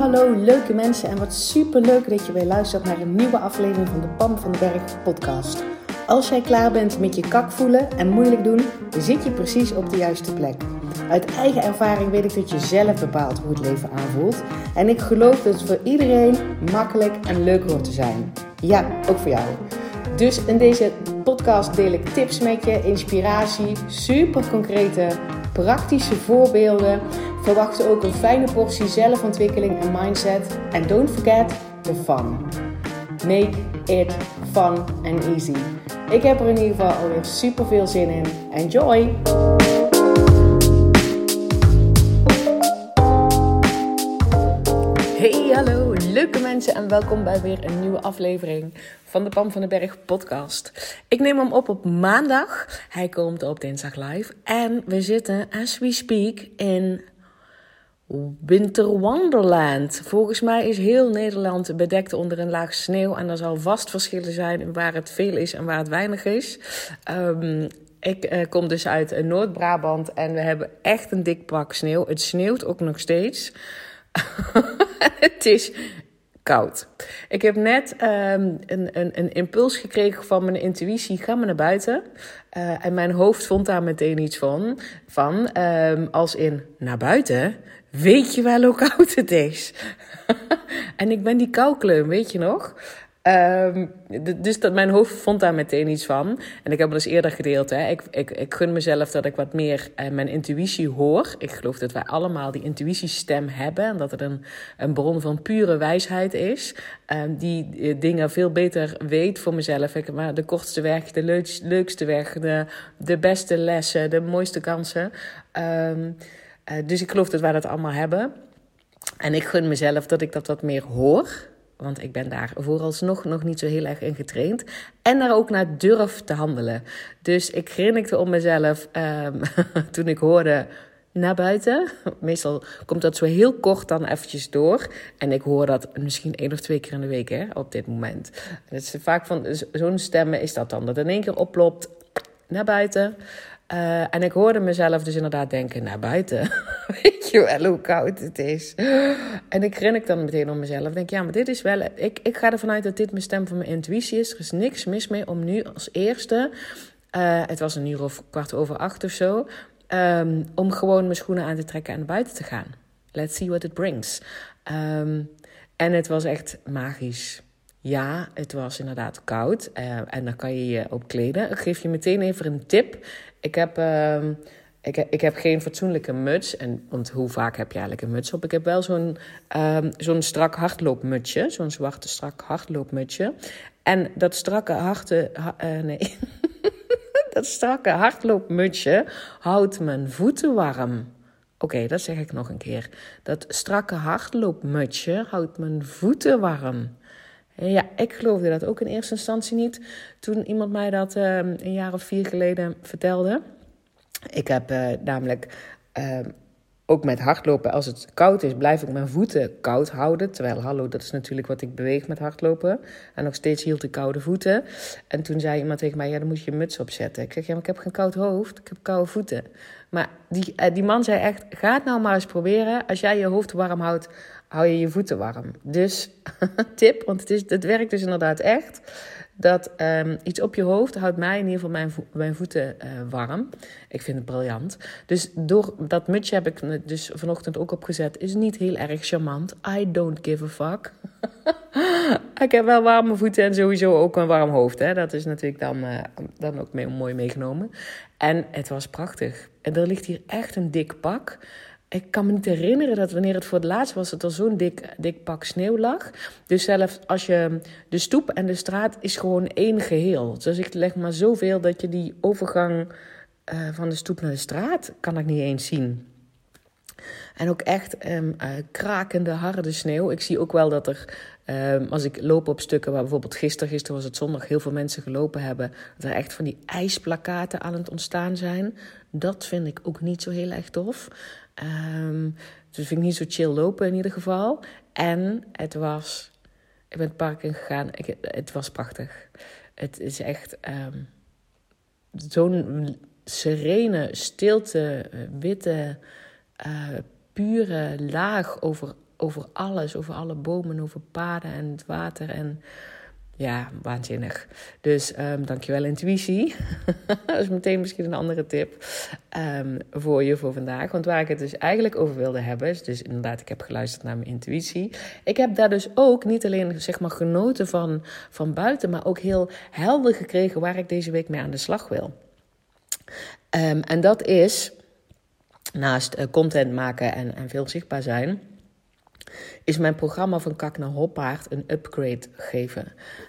hallo leuke mensen en wat super leuk dat je weer luistert naar een nieuwe aflevering van de Pam van den Berg podcast. Als jij klaar bent met je kak voelen en moeilijk doen, dan zit je precies op de juiste plek. Uit eigen ervaring weet ik dat je zelf bepaalt hoe het leven aanvoelt. En ik geloof dat het voor iedereen makkelijk en leuk hoort te zijn. Ja, ook voor jou. Dus in deze podcast deel ik tips met je, inspiratie, super concrete, praktische voorbeelden. Verwacht ook een fijne portie zelfontwikkeling en mindset. En don't forget the fun. Make it fun and easy. Ik heb er in ieder geval alweer super veel zin in. Enjoy! Hey, hallo leuke mensen en welkom bij weer een nieuwe aflevering van de Pam van den Berg podcast. Ik neem hem op maandag. Hij komt op dinsdag live. En we zitten, as we speak, in Winter Wonderland. Volgens mij is heel Nederland bedekt onder een laag sneeuw. En er zal vast verschillen zijn waar het veel is en waar het weinig is. Ik kom dus uit Noord-Brabant en we hebben echt een dik pak sneeuw. Het sneeuwt ook nog steeds. Het is koud. Ik heb net een impuls gekregen van mijn intuïtie. Ga maar naar buiten. En mijn hoofd vond daar meteen iets van. Als in, naar buiten? Weet je wel hoe koud het is? En ik ben die koukleum, weet je nog? Dus mijn hoofd vond daar meteen iets van. En ik heb het dus eerder gedeeld. Hè. Ik gun mezelf dat ik wat meer mijn intuïtie hoor. Ik geloof dat wij allemaal die intuïtiestem hebben. En dat het een bron van pure wijsheid is. Die dingen veel beter weet voor mezelf. Maar de kortste weg, de leukste weg, de beste lessen, de mooiste kansen. Dus ik geloof dat wij dat allemaal hebben. En ik gun mezelf dat ik dat wat meer hoor. Want ik ben daar vooralsnog nog niet zo heel erg in getraind. En daar ook naar durf te handelen. Dus ik grinnikte om mezelf toen ik hoorde naar buiten. Meestal komt dat zo heel kort dan eventjes door. En ik hoor dat misschien 1 of 2 keer in de week op dit moment. Het is vaak van zo'n stemmen is dat dan. Dat in 1 keer oplopt naar buiten. En ik hoorde mezelf dus inderdaad denken, naar buiten. Weet je wel hoe koud het is? En ik grinnik dan meteen om mezelf. Ik denk, ja, maar dit is wel... Ik ga ervan uit dat dit mijn stem van mijn intuïtie is. Er is niks mis mee om nu als eerste... het was 7:15 of zo... om gewoon mijn schoenen aan te trekken en naar buiten te gaan. Let's see what it brings. En het was echt magisch. Ja, het was inderdaad koud. En dan kan je je op kleden. Ik geef je meteen even een tip. Ik heb geen fatsoenlijke muts. Want hoe vaak heb je eigenlijk een muts op? Ik heb wel zo'n strak hardloopmutsje. Zo'n zwarte strak hardloopmutsje. En dat dat strakke hardloopmutsje houdt mijn voeten warm. Oké, dat zeg ik nog een keer. Dat strakke hardloopmutsje houdt mijn voeten warm. Ja, ik geloofde dat ook in eerste instantie niet. Toen iemand mij dat 1 jaar of 4 geleden vertelde. Ik heb namelijk ook met hardlopen, als het koud is, blijf ik mijn voeten koud houden. Terwijl, hallo, dat is natuurlijk wat ik beweeg met hardlopen. En nog steeds hield ik koude voeten. En toen zei iemand tegen mij, ja, dan moet je je muts opzetten. Ik zeg, ja, maar ik heb geen koud hoofd, ik heb koude voeten. Maar die man zei echt, ga het nou maar eens proberen. Als jij je hoofd warm houdt, hou je je voeten warm. Dus tip, want het werkt dus inderdaad echt. Dat iets op je hoofd houdt mij in ieder geval mijn voeten warm. Ik vind het briljant. Dus door dat mutsje heb ik dus vanochtend ook opgezet. Is niet heel erg charmant. I don't give a fuck. Ik heb wel warme voeten en sowieso ook een warm hoofd. Hè. Dat is natuurlijk dan ook mooi meegenomen. En het was prachtig. En er ligt hier echt een dik pak. Ik kan me niet herinneren dat wanneer het voor het laatst was... dat er zo'n dik pak sneeuw lag. Dus zelfs als je... De stoep en de straat is gewoon één geheel. Dus ik leg maar zoveel dat je die overgang... van de stoep naar de straat... kan ik niet eens zien. En ook echt krakende harde sneeuw. Ik zie ook wel dat er... als ik loop op stukken waar bijvoorbeeld gisteren was het zondag... heel veel mensen gelopen hebben... dat er echt van die ijsplakaten aan het ontstaan zijn. Dat vind ik ook niet zo heel erg tof... dus vind ik niet zo chill lopen in ieder geval. En ik ben het park in gegaan. Het was prachtig. Het is echt zo'n serene, stilte, witte, pure laag over alles. Over alle bomen, over paden en het water en... Ja, waanzinnig. Dus dankjewel intuïtie. Dat is meteen misschien een andere tip voor je voor vandaag. Want waar ik het dus eigenlijk over wilde hebben... is dus inderdaad, ik heb geluisterd naar mijn intuïtie. Ik heb daar dus ook niet alleen zeg maar genoten van buiten... maar ook heel helder gekregen waar ik deze week mee aan de slag wil. En dat is, naast content maken en veel zichtbaar zijn... is mijn programma van Kak naar Hoppaard een upgrade geven.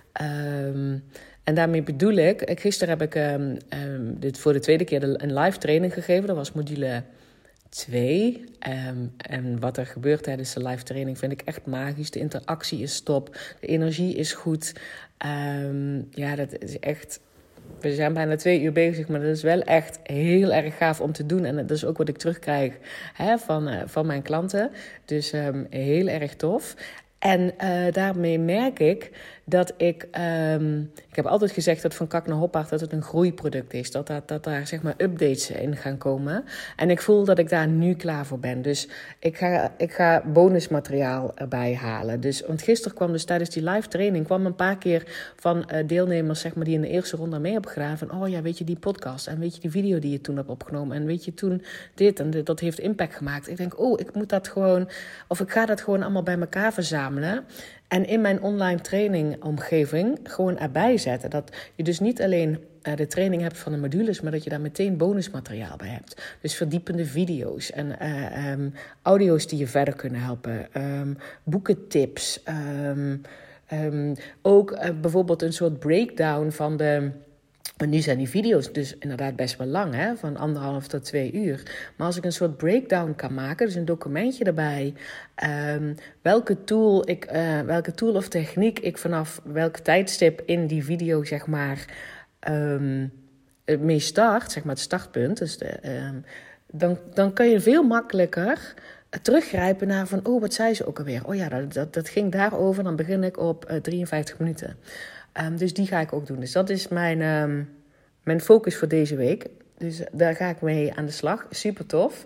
En daarmee bedoel ik... Gisteren heb ik dit voor de tweede keer een live training gegeven. Dat was module 2. En wat er gebeurt tijdens de live training vind ik echt magisch. De interactie is top. De energie is goed. Dat is echt... We zijn bijna 2 uur bezig, maar dat is wel echt heel erg gaaf om te doen. En dat is ook wat ik terugkrijg van mijn klanten. Dus heel erg tof. En daarmee merk ik dat ik heb altijd gezegd dat van Kak naar Hoppaard dat het een groeiproduct is. Dat daar zeg maar updates in gaan komen. En ik voel dat ik daar nu klaar voor ben. Dus ik ga bonusmateriaal erbij halen. Dus, want gisteren kwam dus tijdens die live training... kwam een paar keer van deelnemers zeg maar, die in de eerste ronde mee hebben gedaan... van oh ja, weet je die podcast en weet je die video die je toen hebt opgenomen... en weet je toen dit en dat heeft impact gemaakt. Ik denk, ik moet dat gewoon... of ik ga dat gewoon allemaal bij elkaar verzamelen... En in mijn online trainingomgeving gewoon erbij zetten. Dat je dus niet alleen de training hebt van de modules... maar dat je daar meteen bonusmateriaal bij hebt. Dus verdiepende video's en audio's die je verder kunnen helpen. Boekentips. Ook bijvoorbeeld een soort breakdown van de... Maar nu zijn die video's dus inderdaad best wel lang, hè? Van 1,5 tot 2 uur. Maar als ik een soort breakdown kan maken, dus een documentje erbij... welke tool of techniek ik vanaf welk tijdstip in die video, zeg maar... mee start, zeg maar het startpunt... Dus dan kan je veel makkelijker... teruggrijpen naar van, wat zei ze ook alweer? Oh ja, dat ging daarover, dan begin ik op 53 minuten... Dus die ga ik ook doen. Dus dat is mijn focus voor deze week. Dus daar ga ik mee aan de slag. Super tof.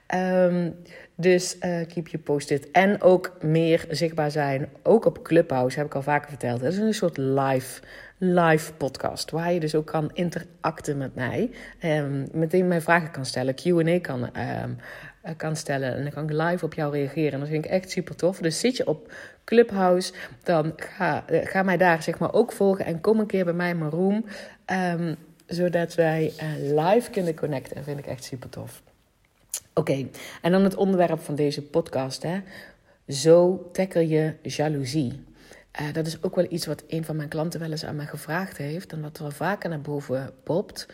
Dus keep you posted. En ook meer zichtbaar zijn. Ook op Clubhouse, heb ik al vaker verteld. Dat is een soort live podcast. Waar je dus ook kan interacten met mij. Meteen mijn vragen kan stellen. Q&A kan stellen. En dan kan ik live op jou reageren. En dat vind ik echt super tof. Dus zit je op Clubhouse, dan ga mij daar zeg maar ook volgen. En kom een keer bij mij in mijn room. Zodat wij live kunnen connecten. Dat vind ik echt super tof. Oké, en dan het onderwerp van deze podcast. Hè. Zo tackle je jaloezie. Dat is ook wel iets wat een van mijn klanten wel eens aan mij gevraagd heeft. En wat wel vaker naar boven popt.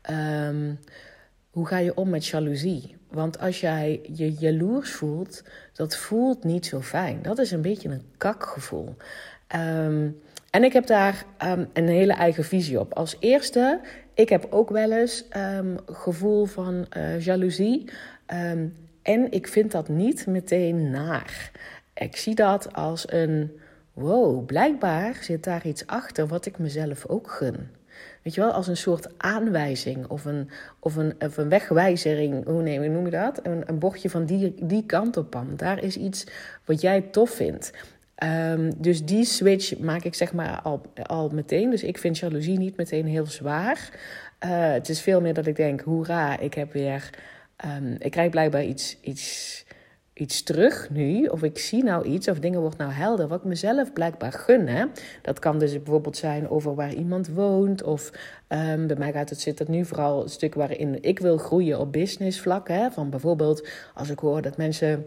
Hoe ga je om met jaloezie? Want als jij je jaloers voelt, dat voelt niet zo fijn. Dat is een beetje een kakgevoel. En ik heb daar een hele eigen visie op. Als eerste, ik heb ook wel eens gevoel van jaloezie. En ik vind dat niet meteen naar. Ik zie dat als een... wow, blijkbaar zit daar iets achter wat ik mezelf ook gun. Weet je wel, als een soort aanwijzing of een wegwijzering. Hoe noem je dat? Een bochtje van die kant op, Pam. Daar is iets wat jij tof vindt. Dus die switch maak ik zeg maar al meteen. Dus ik vind jaloezie niet meteen heel zwaar. Het is veel meer dat ik denk, hoera, ik krijg blijkbaar iets terug nu, of ik zie nou iets, of dingen wordt nou helder, wat ik mezelf blijkbaar gun. Hè? Dat kan dus bijvoorbeeld zijn over waar iemand woont, of bij mij zit het nu vooral een stuk waarin ik wil groeien op business vlak. Hè? Van bijvoorbeeld, als ik hoor dat mensen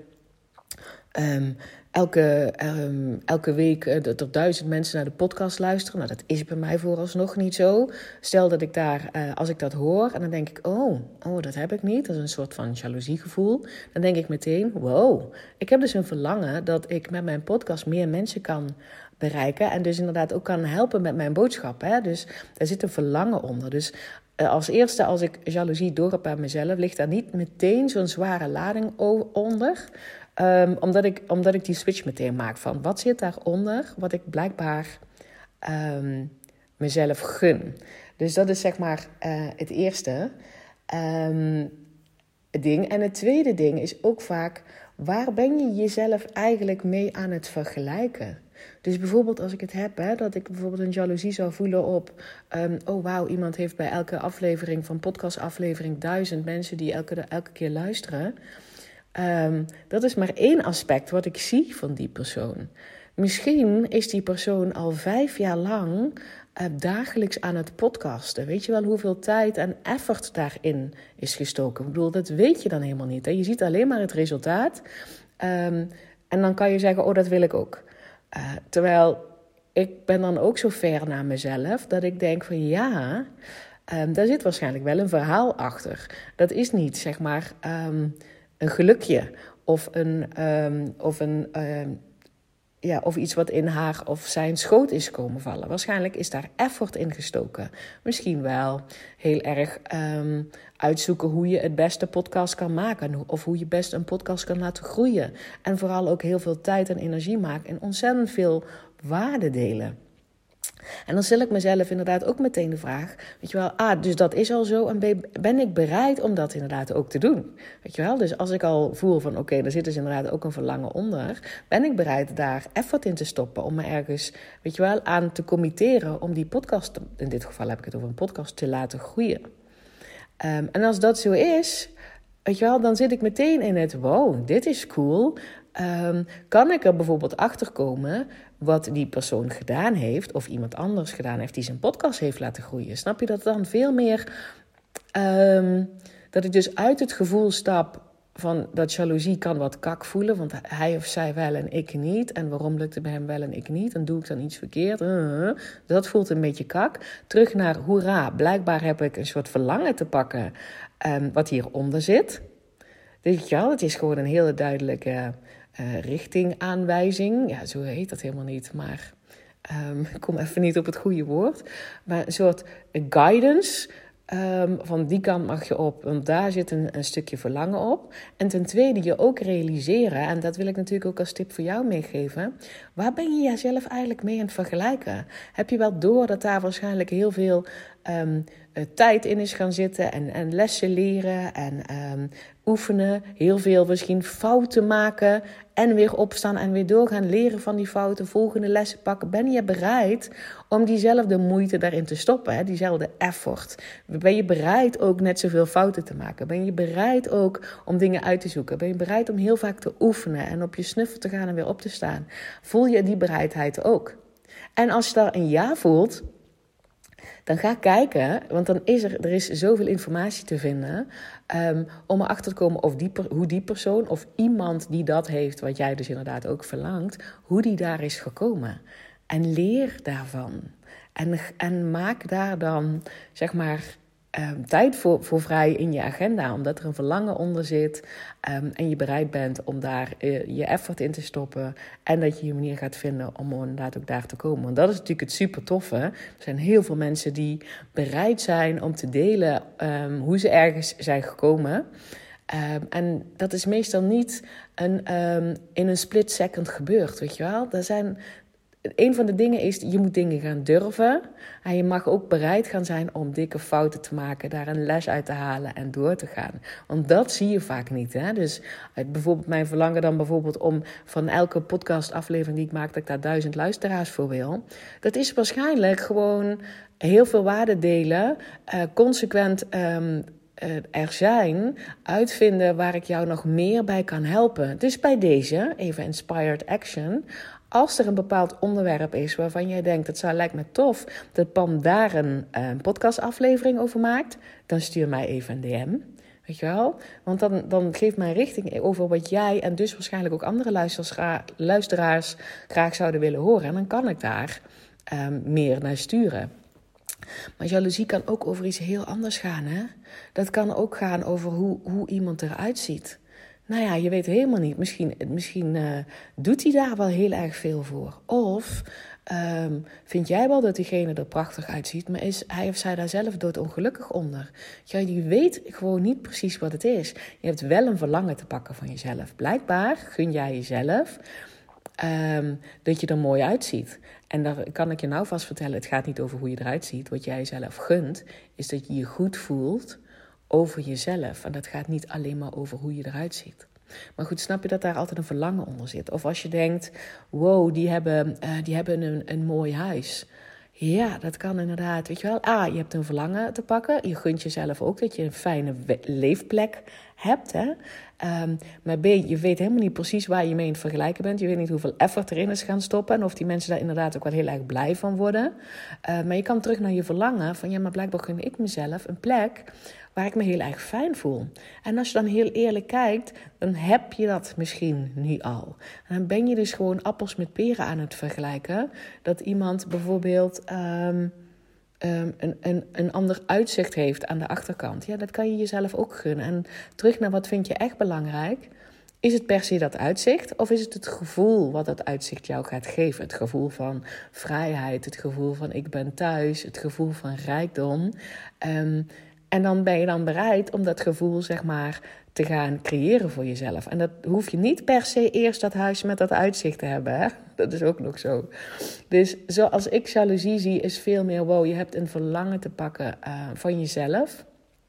elke week dat er 1000 mensen naar de podcast luisteren. Nou, dat is bij mij vooralsnog niet zo. Stel dat ik als ik dat hoor, en dan denk ik, oh, dat heb ik niet. Dat is een soort van jaloeziegevoel. Dan denk ik meteen, wow, ik heb dus een verlangen dat ik met mijn podcast meer mensen kan bereiken. En dus inderdaad ook kan helpen met mijn boodschap. Hè? Dus daar zit een verlangen onder. Dus als eerste, als ik jaloezie door heb aan mezelf, ligt daar niet meteen zo'n zware lading onder. Omdat ik die switch meteen maak van wat zit daaronder, wat ik blijkbaar mezelf gun. Dus dat is zeg maar het eerste. ding. En het tweede ding is ook vaak, waar ben je jezelf eigenlijk mee aan het vergelijken? Dus bijvoorbeeld als ik het heb, dat ik bijvoorbeeld een jaloezie zou voelen op... oh wauw, iemand heeft bij elke aflevering van podcastaflevering 1000 mensen die elke keer luisteren. Dat is maar één aspect wat ik zie van die persoon. Misschien is die persoon al 5 jaar lang dagelijks aan het podcasten. Weet je wel hoeveel tijd en effort daarin is gestoken? Ik bedoel, dat weet je dan helemaal niet. Hè? Je ziet alleen maar het resultaat. En dan kan je zeggen, oh, dat wil ik ook. Terwijl ik ben dan ook zo ver naar mezelf dat ik denk van ja, daar zit waarschijnlijk wel een verhaal achter. Dat is niet, zeg maar, een gelukje of iets wat in haar of zijn schoot is komen vallen. Waarschijnlijk is daar effort in gestoken. Misschien wel heel erg uitzoeken hoe je het beste podcast kan maken. Of hoe je best een podcast kan laten groeien. En vooral ook heel veel tijd en energie maken. En ontzettend veel waarde delen. En dan stel ik mezelf inderdaad ook meteen de vraag, weet je wel, dus dat is al zo en ben ik bereid om dat inderdaad ook te doen? Weet je wel, dus als ik al voel van oké, daar zit dus inderdaad ook een verlangen onder, ben ik bereid daar effort in te stoppen om me ergens, weet je wel, aan te committeren om die podcast, in dit geval heb ik het over een podcast, te laten groeien. En als dat zo is, weet je wel, dan zit ik meteen in het, wow, dit is cool. Kan ik er bijvoorbeeld achter komen wat die persoon gedaan heeft of iemand anders gedaan heeft die zijn podcast heeft laten groeien? Snap je dat dan veel meer dat ik dus uit het gevoel stap van dat jaloezie kan wat kak voelen, want hij of zij wel en ik niet. En waarom lukt het bij hem wel en ik niet? En doe ik dan iets verkeerd? Dat voelt een beetje kak. Terug naar hoera, blijkbaar heb ik een soort verlangen te pakken wat hieronder zit. Dus ja, het is gewoon een hele duidelijke richtingaanwijzing. Ja, zo heet dat helemaal niet, maar ik kom even niet op het goede woord. Maar een soort guidance. Van die kant mag je op, want daar zit een stukje verlangen op. En ten tweede je ook realiseren, en dat wil ik natuurlijk ook als tip voor jou meegeven. Waar ben je jezelf eigenlijk mee aan het vergelijken? Heb je wel door dat daar waarschijnlijk heel veel tijd in is gaan zitten en lessen leren en oefenen. Heel veel misschien fouten maken en weer opstaan en weer doorgaan leren van die fouten. Volgende lessen pakken. Ben je bereid om diezelfde moeite daarin te stoppen? Hè? Diezelfde effort. Ben je bereid ook net zoveel fouten te maken? Ben je bereid ook om dingen uit te zoeken? Ben je bereid om heel vaak te oefenen en op je snuffel te gaan en weer op te staan? Voel je die bereidheid ook? En als je daar een ja voelt, dan ga kijken, want dan is er is zoveel informatie te vinden om erachter te komen hoe die persoon of iemand die dat heeft, wat jij dus inderdaad ook verlangt, hoe die daar is gekomen. En leer daarvan. En maak daar dan, zeg maar, tijd voor vrij in je agenda, omdat er een verlangen onder zit en je bereid bent om daar je effort in te stoppen en dat je je manier gaat vinden om inderdaad ook daar te komen. Want dat is natuurlijk het super toffe. Er zijn heel veel mensen die bereid zijn om te delen hoe ze ergens zijn gekomen. En dat is meestal niet in een split second gebeurd, weet je wel. Een van de dingen is, je moet dingen gaan durven. En je mag ook bereid gaan zijn om dikke fouten te maken, daar een les uit te halen en door te gaan. Want dat zie je vaak niet. Hè? Dus bijvoorbeeld mijn verlangen dan bijvoorbeeld om van elke podcastaflevering die ik maak, dat ik daar 1000 luisteraars voor wil. Dat is waarschijnlijk gewoon heel veel waarde delen, consequent er zijn, uitvinden waar ik jou nog meer bij kan helpen. Dus bij deze, even inspired action. Als er een bepaald onderwerp is waarvan jij denkt, het lijkt me tof dat Pam daar een podcastaflevering over maakt, dan stuur mij even een DM. Weet je wel? Want dan geeft mij richting over wat jij en dus waarschijnlijk ook andere luisteraars graag zouden willen horen. En dan kan ik daar meer naar sturen. Maar jaloezie kan ook over iets heel anders gaan. Hè? Dat kan ook gaan over hoe iemand eruit ziet. Nou ja, je weet helemaal niet. Misschien doet hij daar wel heel erg veel voor. Of vind jij wel dat diegene er prachtig uitziet, maar is hij of zij daar zelf doodongelukkig onder? Je weet gewoon niet precies wat het is. Je hebt wel een verlangen te pakken van jezelf. Blijkbaar gun jij jezelf dat je er mooi uitziet. En daar kan ik je nou vast vertellen, het gaat niet over hoe je eruit ziet. Wat jij jezelf gunt, is dat je je goed voelt over jezelf. En dat gaat niet alleen maar over hoe je eruit ziet. Maar goed, snap je dat daar altijd een verlangen onder zit? Of als je denkt, wow, die hebben een mooi huis. Ja, dat kan inderdaad. Weet je wel, je hebt een verlangen te pakken. Je gunt jezelf ook dat je een fijne leefplek hebt. Hè? Maar B, je weet helemaal niet precies waar je mee in het vergelijken bent. Je weet niet hoeveel effort erin is gaan stoppen. En of die mensen daar inderdaad ook wel heel erg blij van worden. Maar je kan terug naar je verlangen. Van ja, maar blijkbaar gun ik mezelf een plek waar ik me heel erg fijn voel. En als je dan heel eerlijk kijkt, dan heb je dat misschien nu al. En dan ben je dus gewoon appels met peren aan het vergelijken. Dat iemand bijvoorbeeld een ander uitzicht heeft aan de achterkant. Ja, dat kan je jezelf ook gunnen. En terug naar wat vind je echt belangrijk? Is het per se dat uitzicht? Of is het het gevoel wat dat uitzicht jou gaat geven? Het gevoel van vrijheid, het gevoel van ik ben thuis, het gevoel van rijkdom. En dan ben je dan bereid om dat gevoel, zeg maar, te gaan creëren voor jezelf. En dat hoef je niet per se eerst dat huis met dat uitzicht te hebben. Hè? Dat is ook nog zo. Dus zoals ik jaloezie zie, is veel meer, wow, je hebt een verlangen te pakken van jezelf.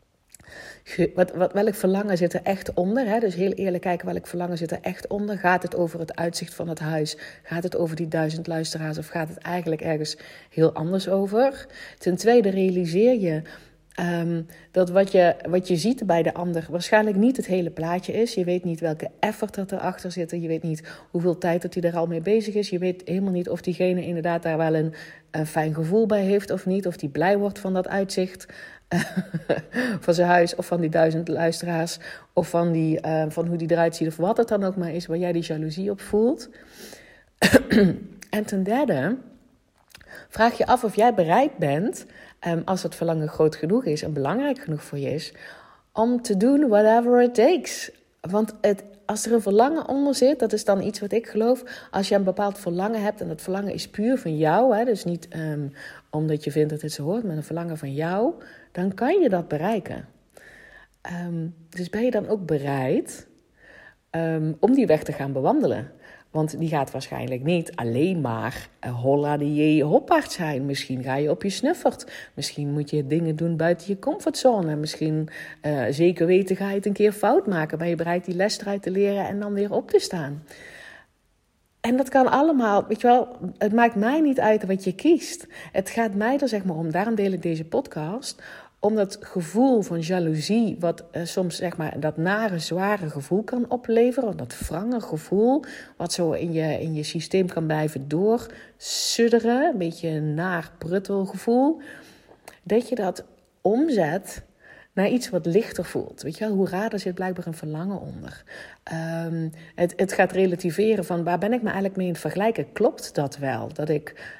Welk verlangen zit er echt onder? Hè? Dus heel eerlijk kijken, welk verlangen zit er echt onder? Gaat het over het uitzicht van het huis? Gaat het over die 1000 luisteraars? Of gaat het eigenlijk ergens heel anders over? Ten tweede realiseer je dat wat je ziet bij de ander waarschijnlijk niet het hele plaatje is. Je weet niet welke effort er erachter zit. Je weet niet hoeveel tijd dat hij er al mee bezig is. Je weet helemaal niet of diegene inderdaad daar wel een fijn gevoel bij heeft of niet. Of die blij wordt van dat uitzicht van zijn huis of van die 1000 luisteraars. Of van hoe die eruit ziet of wat het dan ook maar is waar jij die jaloezie op voelt. En ten derde, vraag je af of jij bereid bent, als het verlangen groot genoeg is en belangrijk genoeg voor je is, om te doen whatever it takes. Want als er een verlangen onder zit, dat is dan iets wat ik geloof. Als je een bepaald verlangen hebt en dat verlangen is puur van jou, hè, dus niet omdat je vindt dat het zo hoort, maar een verlangen van jou, dan kan je dat bereiken. Dus ben je dan ook bereid om die weg te gaan bewandelen? Want die gaat waarschijnlijk niet alleen maar holla die hoppaard zijn. Misschien ga je op je snuffert. Misschien moet je dingen doen buiten je comfortzone. Misschien zeker weten ga je het een keer fout maken. Ben je bereid die les eruit te leren en dan weer op te staan? En dat kan allemaal, weet je wel, het maakt mij niet uit wat je kiest. Het gaat mij er zeg maar om, daarom deel ik deze podcast, om dat gevoel van jaloezie, wat soms zeg maar dat nare, zware gevoel kan opleveren, dat wrange gevoel, wat zo in je systeem kan blijven doorsudderen, een beetje een naar pruttelgevoel, dat je dat omzet naar iets wat lichter voelt. Weet je wel, hoe raar, er zit blijkbaar een verlangen onder. Het gaat relativeren van waar ben ik me eigenlijk mee in het vergelijken? Klopt dat wel? Dat ik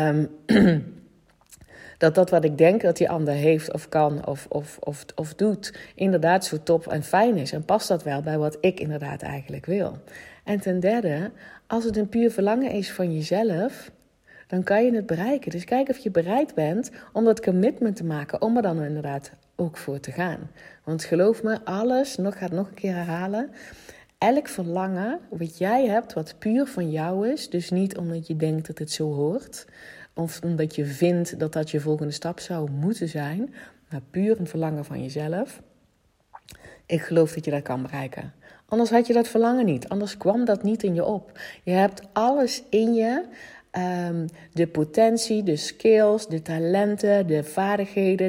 dat wat ik denk dat die ander heeft of kan of doet, inderdaad zo top en fijn is. En past dat wel bij wat ik inderdaad eigenlijk wil? En ten derde, als het een puur verlangen is van jezelf, dan kan je het bereiken. Dus kijk of je bereid bent om dat commitment te maken, om er dan inderdaad ook voor te gaan. Want geloof me, alles, ga het nog een keer herhalen, elk verlangen wat jij hebt, wat puur van jou is, dus niet omdat je denkt dat het zo hoort, of omdat je vindt dat dat je volgende stap zou moeten zijn, maar puur een verlangen van jezelf. Ik geloof dat je dat kan bereiken. Anders had je dat verlangen niet. Anders kwam dat niet in je op. Je hebt alles in je. De potentie, de skills, de talenten, de vaardigheden,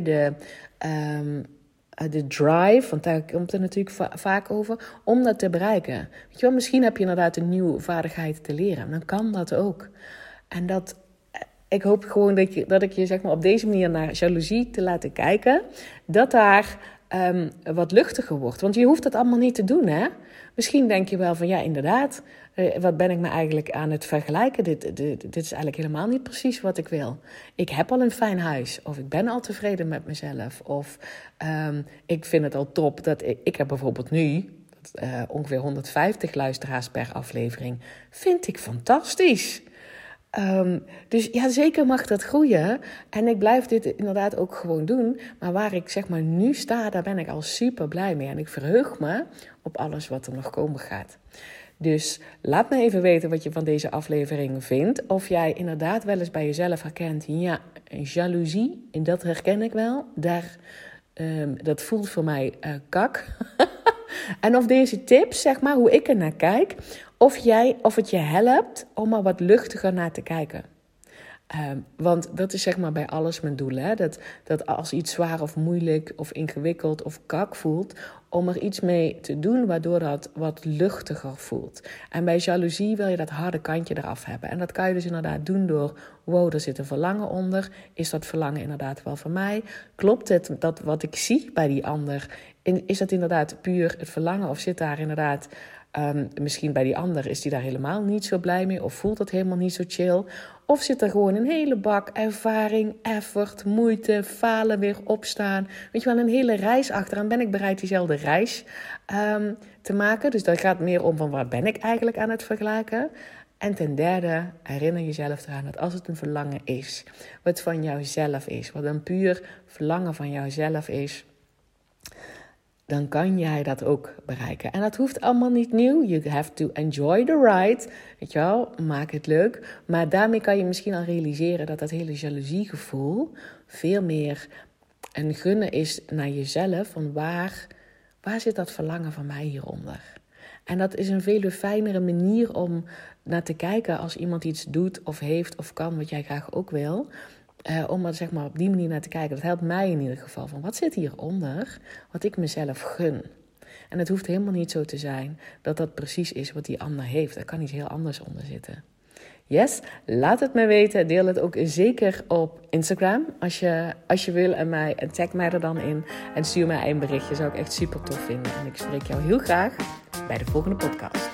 de drive, want daar komt het natuurlijk vaak over, om dat te bereiken. Weet je wel, misschien heb je inderdaad een nieuwe vaardigheid te leren. Dan kan dat ook. En ik hoop gewoon dat ik je zeg maar op deze manier naar jaloezie te laten kijken, dat daar wat luchtiger wordt. Want je hoeft dat allemaal niet te doen, hè? Misschien denk je wel van, ja, inderdaad, wat ben ik me eigenlijk aan het vergelijken? Dit is eigenlijk helemaal niet precies wat ik wil. Ik heb al een fijn huis, of ik ben al tevreden met mezelf, of ik vind het al top dat ik heb bijvoorbeeld nu ongeveer 150 luisteraars per aflevering. Vind ik fantastisch. Dus ja, zeker mag dat groeien. En ik blijf dit inderdaad ook gewoon doen. Maar waar ik zeg maar nu sta, daar ben ik al super blij mee. En ik verheug me op alles wat er nog komen gaat. Dus laat me even weten wat je van deze aflevering vindt. Of jij inderdaad wel eens bij jezelf herkent, ja, jaloezie, en dat herken ik wel. Daar Dat voelt voor mij kak. En of deze tips, zeg maar, hoe ik er naar kijk, of het je helpt om er wat luchtiger naar te kijken. Want dat is zeg maar bij alles mijn doel. Hè? Dat als iets zwaar of moeilijk of ingewikkeld of kak voelt, om er iets mee te doen waardoor dat wat luchtiger voelt. En bij jaloezie wil je dat harde kantje eraf hebben. En dat kan je dus inderdaad doen door, wow, er zit een verlangen onder. Is dat verlangen inderdaad wel voor mij? Klopt het dat wat ik zie bij die ander? Is dat inderdaad puur het verlangen of zit daar inderdaad... misschien bij die ander is die daar helemaal niet zo blij mee of voelt dat helemaal niet zo chill. Of zit er gewoon een hele bak ervaring, effort, moeite, falen, weer opstaan. Weet je wel, een hele reis achter. En ben ik bereid diezelfde reis te maken? Dus dat gaat meer om van waar ben ik eigenlijk aan het vergelijken. En ten derde, herinner jezelf eraan dat als het een verlangen is, wat van jouzelf is, wat een puur verlangen van jouzelf is, dan kan jij dat ook bereiken. En dat hoeft allemaal niet nieuw. You have to enjoy the ride. Weet je wel, maak het leuk. Maar daarmee kan je misschien al realiseren dat hele jaloeziegevoel veel meer een gunnen is naar jezelf. Van waar zit dat verlangen van mij hieronder? En dat is een veel fijnere manier om naar te kijken als iemand iets doet of heeft of kan wat jij graag ook wil. Om er zeg maar op die manier naar te kijken. Dat helpt mij in ieder geval van wat zit hieronder wat ik mezelf gun. En het hoeft helemaal niet zo te zijn dat dat precies is wat die ander heeft. Er kan iets heel anders onder zitten. Yes, laat het me weten. Deel het ook zeker op Instagram als je wil en tag mij er dan in. En stuur mij een berichtje, zou ik echt super tof vinden. En ik spreek jou heel graag bij de volgende podcast.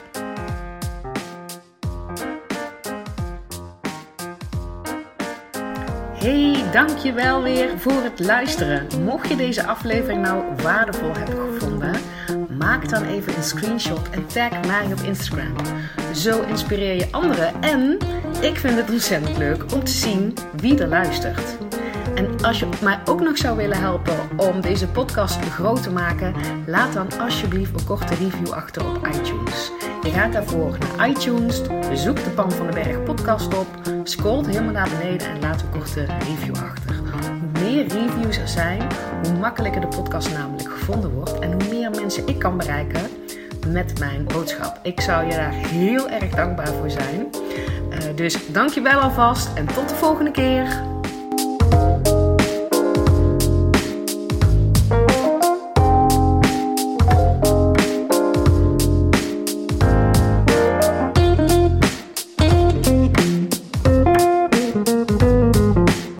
Hey, dankjewel weer voor het luisteren. Mocht je deze aflevering nou waardevol hebben gevonden, maak dan even een screenshot en tag mij op Instagram. Zo inspireer je anderen en ik vind het ontzettend leuk om te zien wie er luistert. En als je mij ook nog zou willen helpen om deze podcast groot te maken, laat dan alsjeblieft een korte review achter op iTunes. Je gaat daarvoor naar iTunes, zoek de Pam van den Berg podcast op, scrolt helemaal naar beneden en laat een korte review achter. Hoe meer reviews er zijn, hoe makkelijker de podcast namelijk gevonden wordt en hoe meer mensen ik kan bereiken met mijn boodschap. Ik zou je daar heel erg dankbaar voor zijn. Dus dankjewel alvast en tot de volgende keer.